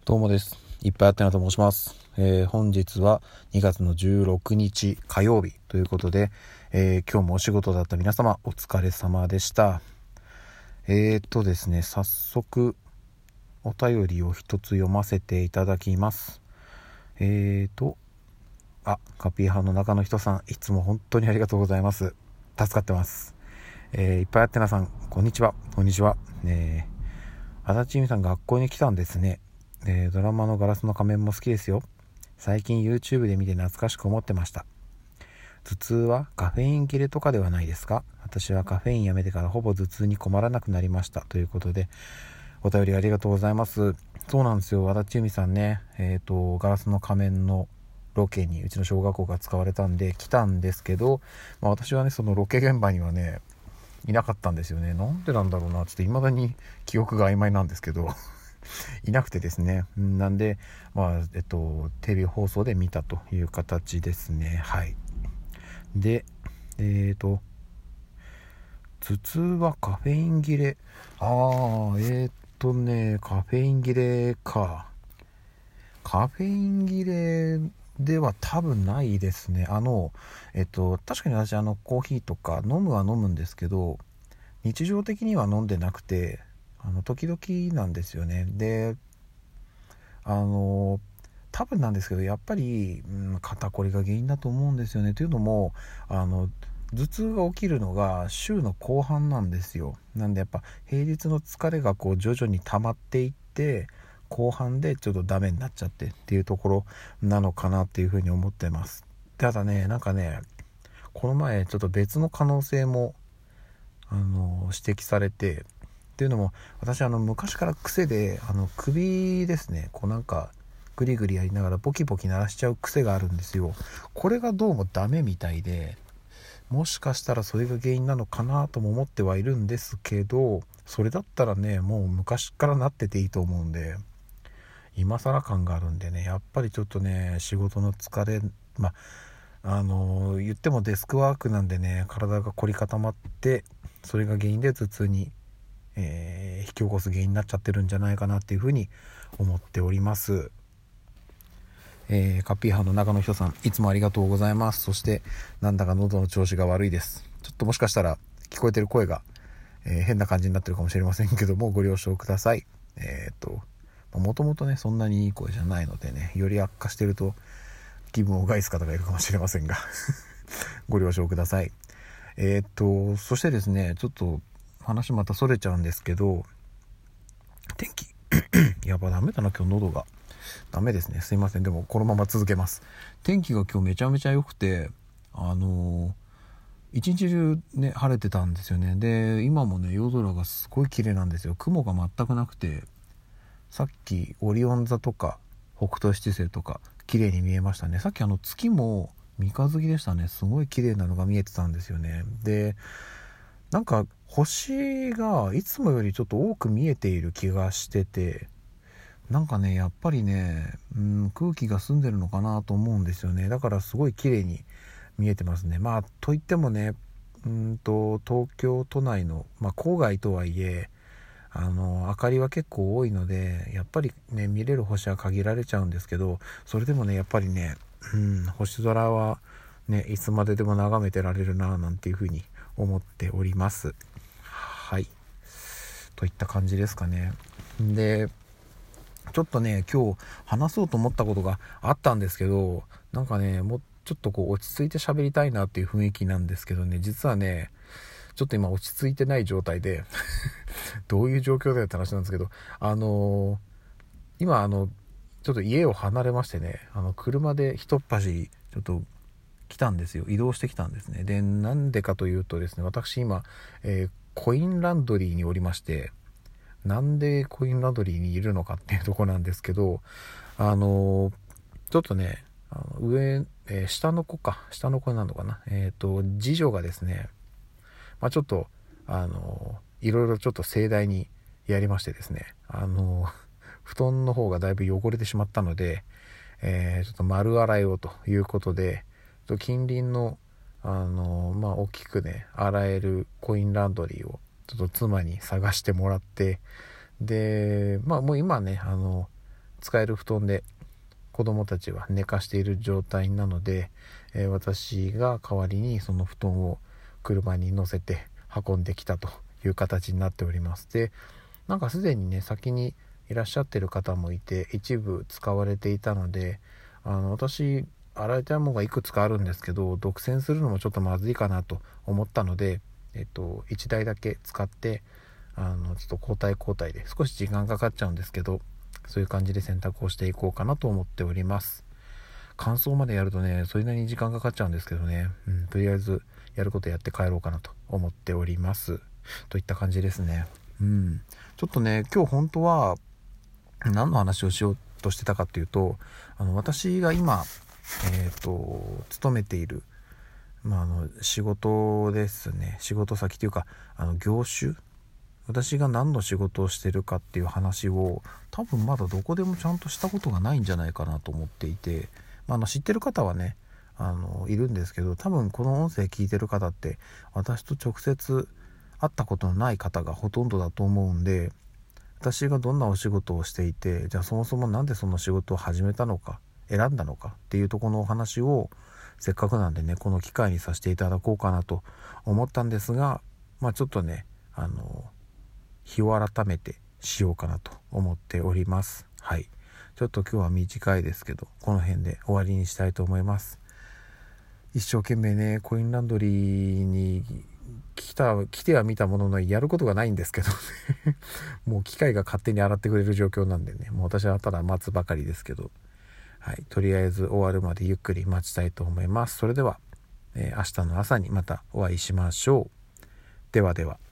どうもです。いっぱいあってなと申します。本日は2月の16日火曜日ということで、今日もお仕事だった皆様お疲れ様でした。ですね、早速お便りを一つ読ませていただきます。カピーハンの中の人さん、いつも本当にありがとうございます。助かってます。いっぱいあってなさん、こんにちは。こんにちは。足立由美さん、学校に来たんですね。ドラマのガラスの仮面も好きですよ。最近 YouTube で見て懐かしく思ってました。頭痛はカフェイン切れとかではないですか？私はカフェインやめてからほぼ頭痛に困らなくなりましたということで、お便りありがとうございます。そうなんですよ、足立由美さんね、ガラスの仮面のロケにうちの小学校が使われたんで来たんですけど、私はねそのロケ現場にはねいなかったんですよね。なんでなんだろうな、ちょっと未だに記憶が曖昧なんですけどいなくてですね、なんでテレビ放送で見たという形ですね。はい。で頭痛はカフェイン切れ。カフェイン切れか。カフェイン切れでは多分ないですね。確かに私コーヒーとか飲むは飲むんですけど、日常的には飲んでなくて、時々なんですよね。で多分なんですけど、やっぱり、肩こりが原因だと思うんですよね。というのも頭痛が起きるのが週の後半なんですよ。なんでやっぱ平日の疲れがこう徐々に溜まっていって、後半でちょっとダメになっちゃってっていうところなのかなっていうふうに思ってます。ただね、この前ちょっと別の可能性も指摘されて、っていうのも私昔から癖で首ですね、グリグリやりながらボキボキ鳴らしちゃう癖があるんですよ。これがどうもダメみたいで、もしかしたらそれが原因なのかなとも思ってはいるんですけど、それだったらねもう昔からなってていいと思うんで、今更感があるんでね、やっぱりちょっとね仕事の疲れ、言ってもデスクワークなんでね、体が凝り固まって、それが原因で頭痛に、引き起こす原因になっちゃってるんじゃないかなっていうふうに思っております。カッピーハンの中の人さん、いつもありがとうございます。そしてなんだか喉の調子が悪いです。ちょっともしかしたら聞こえてる声が、変な感じになってるかもしれませんけども、ご了承ください。もともとねそんなにいい声じゃないのでね、より悪化してると気分を害す方がいるかもしれませんがご了承ください。そしてですね、ちょっと話またそれちゃうんですけど、天気やばダメだな、今日喉がダメですね。すいません。でもこのまま続けます。天気が今日めちゃめちゃ良くて、一日中ね晴れてたんですよね。で今もね夜空がすごい綺麗なんですよ。雲が全くなくて、さっきオリオン座とか北斗七星とか綺麗に見えましたね。さっき月も三日月でしたね。すごい綺麗なのが見えてたんですよね。で星がいつもよりちょっと多く見えている気がしてて、やっぱりね、空気が澄んでるのかなと思うんですよね。だからすごい綺麗に見えてますね。といってもね、東京都内の、郊外とはいえ明かりは結構多いので、やっぱりね見れる星は限られちゃうんですけど、それでもねやっぱりね、星空はねいつまででも眺めてられるななんていうふうに思っております。はい、といった感じですかね。でちょっとね今日話そうと思ったことがあったんですけど、もうちょっと落ち着いて喋りたいなっていう雰囲気なんですけどね、実はねちょっと今落ち着いてない状態でどういう状況だよって話なんですけど、今ちょっと家を離れましてね、車で一っ走りちょっと来たんですよ。移動してきたんですね。でなんでかというとですね、私今、コインランドリーにおりまして、なんでコインランドリーにいるのかっていうところなんですけど、ちょっとね下の子なのかな、次女がですね、ちょっといろいろちょっと盛大にやりましてですね、布団の方がだいぶ汚れてしまったので、ちょっと丸洗いをということで、近隣の大きくね洗えるコインランドリーをちょっと妻に探してもらって、でもう今ね使える布団で子供たちは寝かしている状態なので、私が代わりにその布団を車に乗せて運んできたという形になっております。で、なんかすでにね先にいらっしゃってる方もいて、一部使われていたので、私洗いたいものがいくつかあるんですけど、独占するのもちょっとまずいかなと思ったので、1台だけ使ってちょっと交代で少し時間かかっちゃうんですけど、そういう感じで洗濯をしていこうかなと思っております。乾燥までやるとねそれなりに時間かかっちゃうんですけどね、とりあえずやることやって帰ろうかなと思っておりますといった感じですね。ちょっとね今日本当は何の話をしようとしてたかっていうと、私が今勤めている、仕事ですね。仕事先というか業種、私が何の仕事をしてるかっていう話を多分まだどこでもちゃんとしたことがないんじゃないかなと思っていて、知ってる方はねいるんですけど、多分この音声聞いてる方って私と直接会ったことのない方がほとんどだと思うんで、私がどんなお仕事をしていて、じゃあそもそもなんでその仕事を始めたのか、選んだのかっていうところのお話をせっかくなんでねこの機会にさせていただこうかなと思ったんですが、ちょっとね日を改めてしようかなと思っております。はい、ちょっと今日は短いですけどこの辺で終わりにしたいと思います。一生懸命ねコインランドリーに来ては見たもののやることがないんですけどねもう機械が勝手に洗ってくれる状況なんでね、もう私はただ待つばかりですけど、はい、とりあえず終わるまでゆっくり待ちたいと思います。それでは、明日の朝にまたお会いしましょう。ではでは。